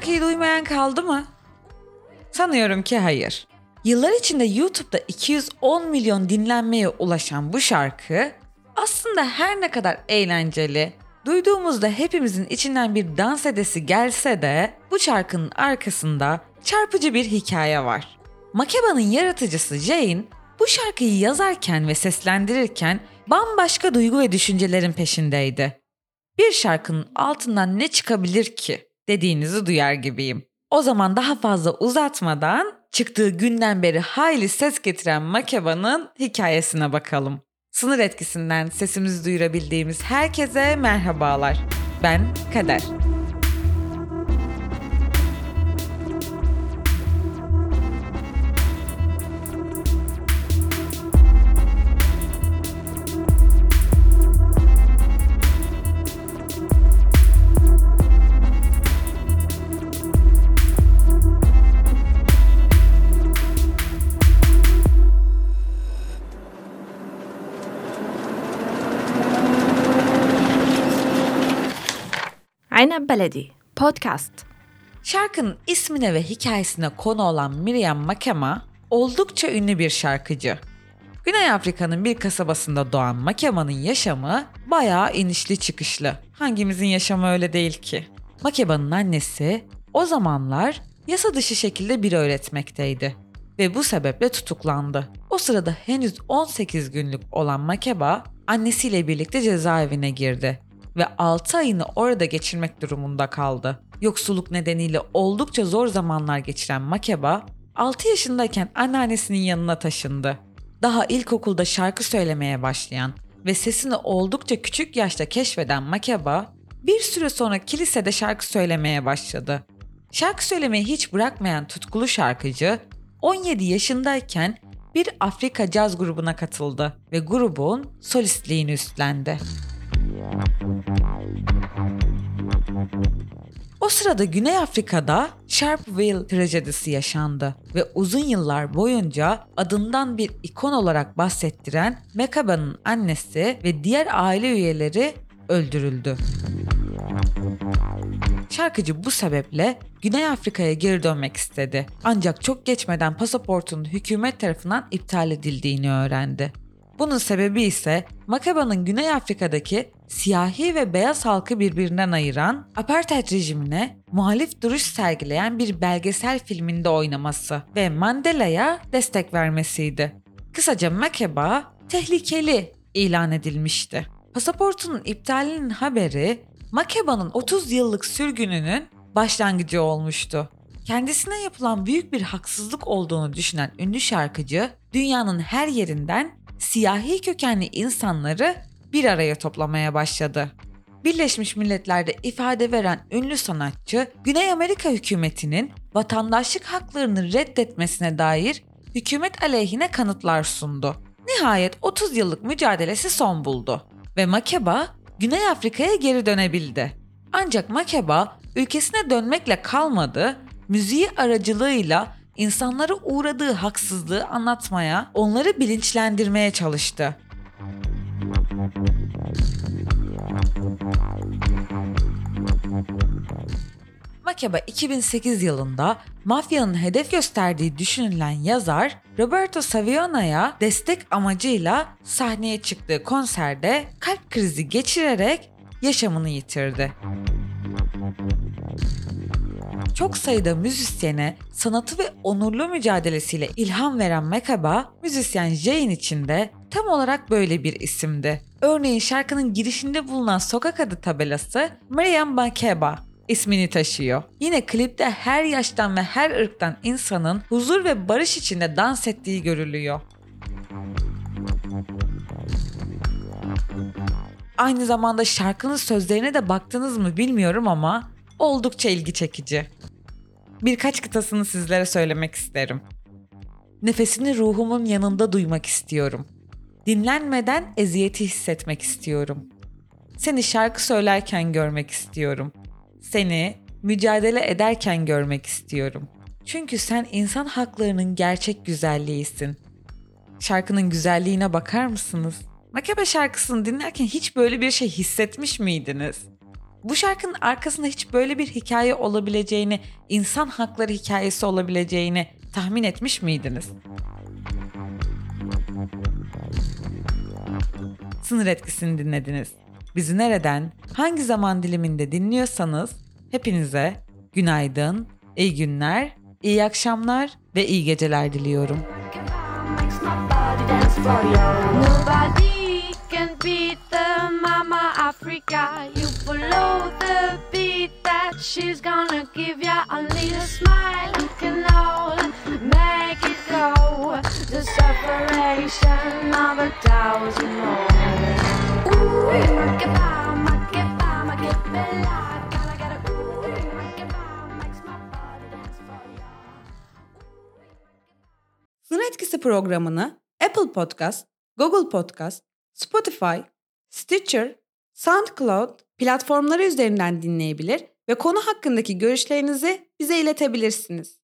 şarkıyı duymayan kaldı mı? Sanıyorum ki hayır. Yıllar içinde YouTube'da 210 milyon dinlenmeye ulaşan bu şarkı aslında her ne kadar eğlenceli, duyduğumuzda hepimizin içinden bir dans edesi gelse de bu şarkının arkasında çarpıcı bir hikaye var. Makeba'nın yaratıcısı Jane bu şarkıyı yazarken ve seslendirirken bambaşka duygu ve düşüncelerin peşindeydi. Bir şarkının altından ne çıkabilir ki dediğinizi duyar gibiyim. O zaman daha fazla uzatmadan çıktığı günden beri hayli ses getiren Makeba'nın hikayesine bakalım. Sınır etkisinden sesimizi duyurabildiğimiz herkese merhabalar. Ben Kader. Aynab Beledi Podcast. Şarkının ismine ve hikayesine konu olan Miriam Makeba oldukça ünlü bir şarkıcı. Güney Afrika'nın bir kasabasında doğan Makeba'nın yaşamı bayağı inişli çıkışlı. Hangimizin yaşamı öyle değil ki? Makeba'nın annesi o zamanlar yasa dışı şekilde bira öğretmekteydi ve bu sebeple tutuklandı. O sırada henüz 18 günlük olan Makeba annesiyle birlikte cezaevine girdi ve 6 ayını orada geçirmek durumunda kaldı. Yoksulluk nedeniyle oldukça zor zamanlar geçiren Makeba, 6 yaşındayken anneannesinin yanına taşındı. Daha ilkokulda şarkı söylemeye başlayan ve sesini oldukça küçük yaşta keşfeden Makeba, bir süre sonra kilisede şarkı söylemeye başladı. Şarkı söylemeyi hiç bırakmayan tutkulu şarkıcı, 17 yaşındayken bir Afrika caz grubuna katıldı ve grubun solistliğini üstlendi. O sırada Güney Afrika'da Sharpeville trajedisi yaşandı ve uzun yıllar boyunca adından bir ikon olarak bahsettiren Makeba'nın annesi ve diğer aile üyeleri öldürüldü. Şarkıcı bu sebeple Güney Afrika'ya geri dönmek istedi. Ancak çok geçmeden pasaportunun hükümet tarafından iptal edildiğini öğrendi. Bunun sebebi ise Makeba'nın Güney Afrika'daki siyahi ve beyaz halkı birbirinden ayıran apartheid rejimine muhalif duruş sergileyen bir belgesel filminde oynaması ve Mandela'ya destek vermesiydi. Kısaca Makeba tehlikeli ilan edilmişti. Pasaportunun iptalinin haberi Makeba'nın 30 yıllık sürgününün başlangıcı olmuştu. Kendisine yapılan büyük bir haksızlık olduğunu düşünen ünlü şarkıcı, dünyanın her yerinden siyahi kökenli insanları bir araya toplamaya başladı. Birleşmiş Milletler'de ifade veren ünlü sanatçı, Güney Amerika hükümetinin vatandaşlık haklarını reddetmesine dair hükümet aleyhine kanıtlar sundu. Nihayet 30 yıllık mücadelesi son buldu ve Makeba Güney Afrika'ya geri dönebildi. Ancak Makeba ülkesine dönmekle kalmadı, müziği aracılığıyla insanlara uğradığı haksızlığı anlatmaya, onları bilinçlendirmeye çalıştı. Makeba 2008 yılında mafyanın hedef gösterdiği düşünülen yazar Roberto Saviona'ya destek amacıyla sahneye çıktığı konserde kalp krizi geçirerek yaşamını yitirdi. Çok sayıda müzisyene sanatı ve onurlu mücadelesiyle ilham veren Makeba, müzisyen Jane için de tam olarak böyle bir isimdi. Örneğin şarkının girişinde bulunan sokak adı tabelası Miriam Makeba ismini taşıyor. Yine klipte her yaştan ve her ırktan insanın huzur ve barış içinde dans ettiği görülüyor. Aynı zamanda şarkının sözlerine de baktınız mı bilmiyorum ama oldukça ilgi çekici. Birkaç kıtasını sizlere söylemek isterim. Nefesini ruhumun yanında duymak istiyorum. Dinlenmeden eziyeti hissetmek istiyorum. Seni şarkı söylerken görmek istiyorum. Seni mücadele ederken görmek istiyorum. Çünkü sen insan haklarının gerçek güzelliğisin. Şarkının güzelliğine bakar mısınız? Makeba şarkısını dinlerken hiç böyle bir şey hissetmiş miydiniz? Bu şarkının arkasında hiç böyle bir hikaye olabileceğini, insan hakları hikayesi olabileceğini tahmin etmiş miydiniz? Sınır Etkisi'ni dinlediniz. Bizi nereden, hangi zaman diliminde dinliyorsanız hepinize günaydın, iyi günler, iyi akşamlar ve iyi geceler diliyorum. Nobody can beat the Mama Africa. You follow the beat that she's gonna give ya. Only a smile can all make it go. The separation of 1,000 more. Ooh, Makeba, Makeba, Makebella. Gotta get a ooh, Makeba makes my body dance for ya. Sınır Etkisi programını Apple Podcast, Google Podcast, Spotify, Stitcher, SoundCloud platformları üzerinden dinleyebilir ve konu hakkındaki görüşlerinizi bize iletebilirsiniz.